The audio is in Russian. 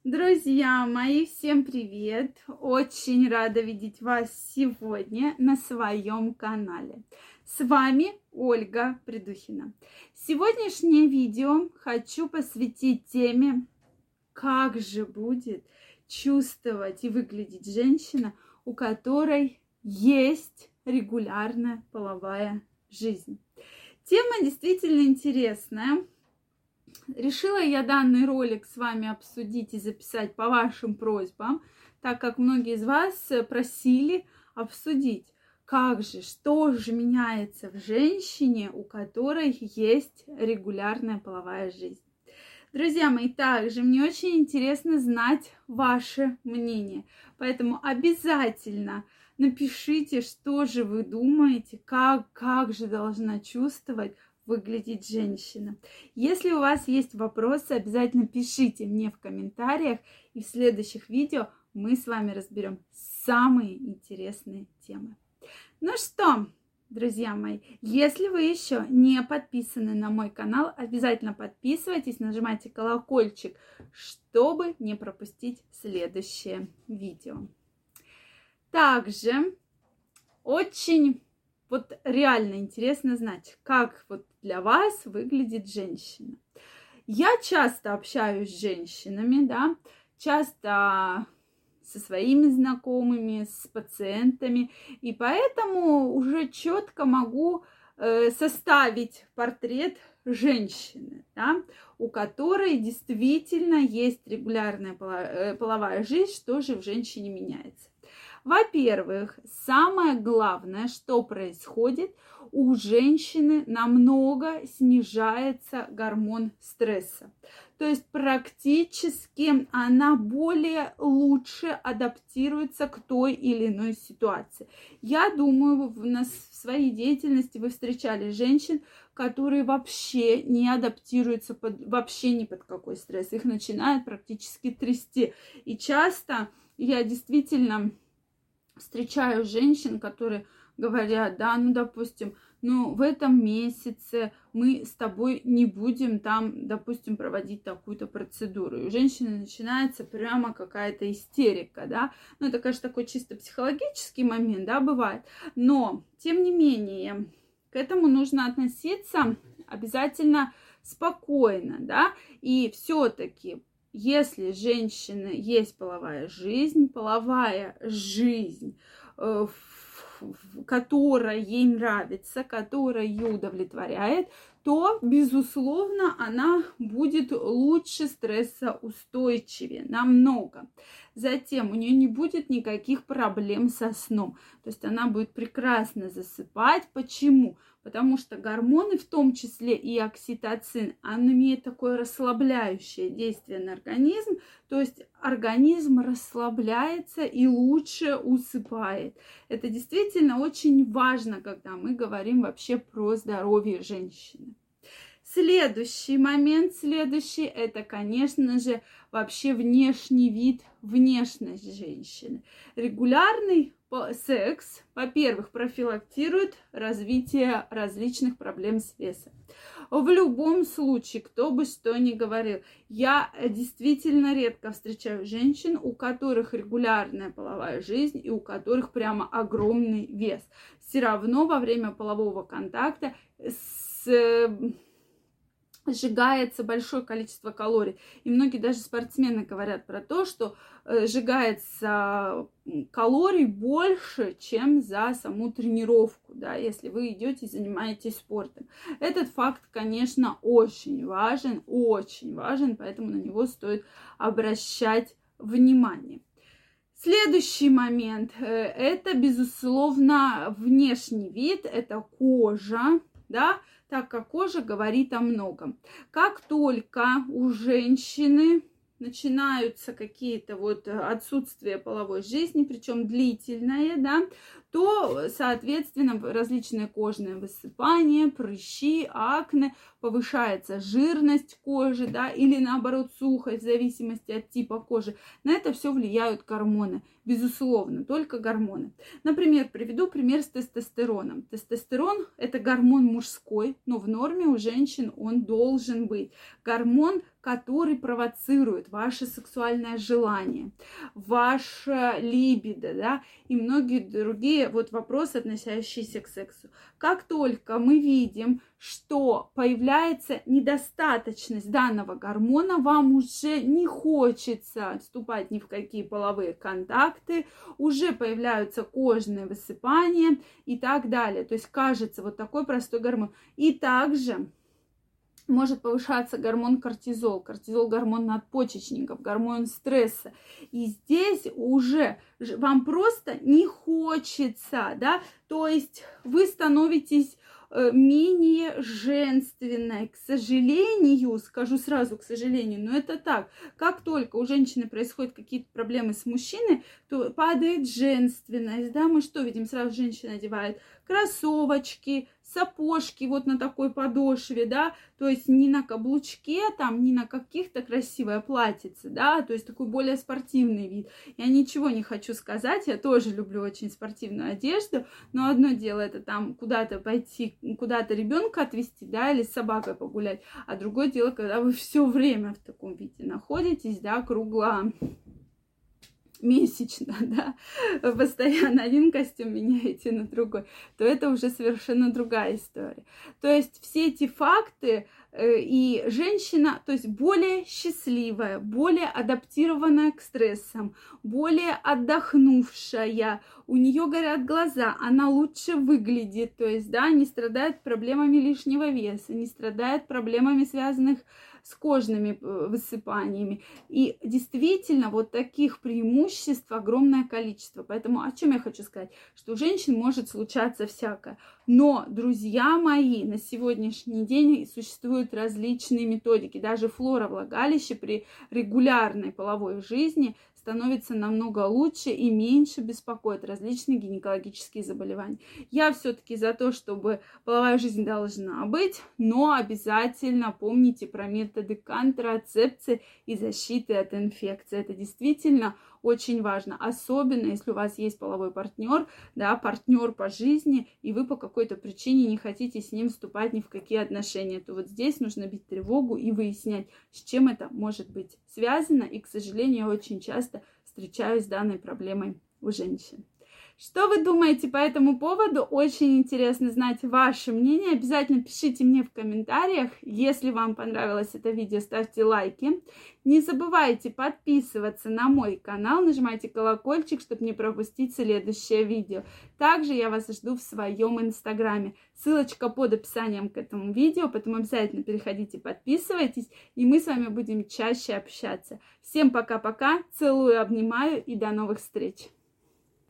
Друзья мои, всем привет! Очень рада видеть вас сегодня на своем канале. С вами Ольга Придухина. Сегодняшнее видео хочу посвятить теме, как же будет чувствовать и выглядеть женщина, у которой есть регулярная половая жизнь. Тема действительно интересная. Решила я данный ролик с вами обсудить и записать по вашим просьбам, так как многие из вас просили обсудить, что же меняется в женщине, у которой есть регулярная половая жизнь. Друзья мои, также мне очень интересно знать ваше мнение, поэтому обязательно напишите, что же вы думаете, как же должна чувствовать, выглядеть женщина. Если у вас есть вопросы, обязательно пишите мне в комментариях, и в следующих видео мы с вами разберем самые интересные темы. Ну что, друзья мои, если вы еще не подписаны на мой канал, обязательно подписывайтесь, нажимайте колокольчик, чтобы не пропустить следующее видео. Также очень реально интересно знать, как для вас выглядит женщина. Я часто общаюсь с женщинами, да, часто со своими знакомыми, с пациентами, и поэтому уже четко могу составить портрет женщины, да, у которой действительно есть регулярная половая жизнь, что же в женщине меняется. Во-первых, самое главное, что происходит, у женщины намного снижается гормон стресса. То есть практически она лучше адаптируется к той или иной ситуации. Я думаю, в своей деятельности вы встречали женщин, которые вообще не адаптируются вообще ни под какой стресс. Их начинает практически трясти. И часто я действительно встречаю женщин, которые говорят, да, допустим, в этом месяце мы с тобой не будем там, допустим, проводить такую-то процедуру. И у женщины начинается прямо какая-то истерика, да. Это, конечно, такой чисто психологический момент, да, бывает. Но, тем не менее, к этому нужно относиться обязательно спокойно, да. И все-таки, если женщины есть половая жизнь, которая ей нравится, которая ее удовлетворяет, то, безусловно, она будет лучше стрессоустойчивее, намного. Затем у нее не будет никаких проблем со сном. То есть она будет прекрасно засыпать. Почему? Потому что гормоны, в том числе и окситоцин, он имеет такое расслабляющее действие на организм. То есть организм расслабляется и лучше усыпает. Это действительно очень важно, когда мы говорим вообще про здоровье женщины. Следующий момент, это, конечно же, вообще внешний вид, внешность женщины. Регулярный секс, во-первых, профилактирует развитие различных проблем с весом. В любом случае, кто бы что ни говорил, я действительно редко встречаю женщин, у которых регулярная половая жизнь и у которых прямо огромный вес. Все равно во время полового контакта сжигается большое количество калорий. И многие даже спортсмены говорят про то, что сжигается калорий больше, чем за саму тренировку, да, если вы идете и занимаетесь спортом. Этот факт, конечно, очень важен, поэтому на него стоит обращать внимание. Следующий момент, это, безусловно, внешний вид, это кожа, да, так как кожа говорит о многом. Как только у женщины начинаются какие-то отсутствия половой жизни, причем длительное, да, то, соответственно, различные кожные высыпания, прыщи, акне, повышается жирность кожи, да, или наоборот сухость, в зависимости от типа кожи. На это все влияют гормоны, безусловно, только гормоны. Например, приведу пример с тестостероном. Тестостерон – это гормон мужской, но в норме у женщин он должен быть. Гормон, который провоцирует ваше сексуальное желание, ваше либидо, да, и многие другие вот вопросы, относящиеся к сексу. Как только мы видим, что появляется недостаточность данного гормона, вам уже не хочется вступать ни в какие половые контакты, уже появляются кожные высыпания и так далее. То есть кажется вот такой простой гормон. И также может повышаться гормон кортизол. Кортизол – гормон надпочечников, гормон стресса. И здесь уже вам просто не хочется, да, то есть вы становитесь менее женственной. К сожалению, скажу сразу, к сожалению, но это так. Как только у женщины происходят какие-то проблемы с мужчиной, то падает женственность, да, мы что видим? Сразу женщина одевает кроссовочки, сапожки вот на такой подошве, да, то есть не на каблучке, там, не на каких-то красивое платьице, да, то есть такой более спортивный вид. Я ничего не хочу сказать, я тоже люблю очень спортивную одежду, но одно дело это там куда-то пойти, куда-то ребенка отвезти, да, или с собакой погулять, а другое дело, когда вы все время в таком виде находитесь, да, месячно, да, постоянно один костюм меняете на другой, то это уже совершенно другая история. То есть все эти факты и женщина, то есть более счастливая, более адаптированная к стрессам, более отдохнувшая, у нее горят глаза, она лучше выглядит, то есть, да, не страдает проблемами лишнего веса, не страдает проблемами, связанных с кожными высыпаниями. И действительно, вот таких преимуществ огромное количество. Поэтому о чем я хочу сказать? Что у женщин может случаться всякое. Но, друзья мои, на сегодняшний день существуют различные методики. Даже флора влагалища при регулярной половой жизни становится намного лучше и меньше беспокоит различные гинекологические заболевания. Я все-таки за то, чтобы половая жизнь должна быть, но обязательно помните про методы контрацепции и защиты от инфекции. Это действительно очень важно, особенно если у вас есть половой партнер, да, партнер по жизни, и вы по какой-то причине не хотите с ним вступать ни в какие отношения, то вот здесь нужно бить тревогу и выяснять, с чем это может быть связано. И, к сожалению, я очень часто встречаюсь с данной проблемой у женщин. Что вы думаете по этому поводу? Очень интересно знать ваше мнение. Обязательно пишите мне в комментариях. Если вам понравилось это видео, ставьте лайки. Не забывайте подписываться на мой канал, нажимайте колокольчик, чтобы не пропустить следующее видео. Также я вас жду в своем инстаграме. Ссылочка под описанием к этому видео, поэтому обязательно переходите, подписывайтесь, и мы с вами будем чаще общаться. Всем пока-пока, целую, обнимаю и до новых встреч!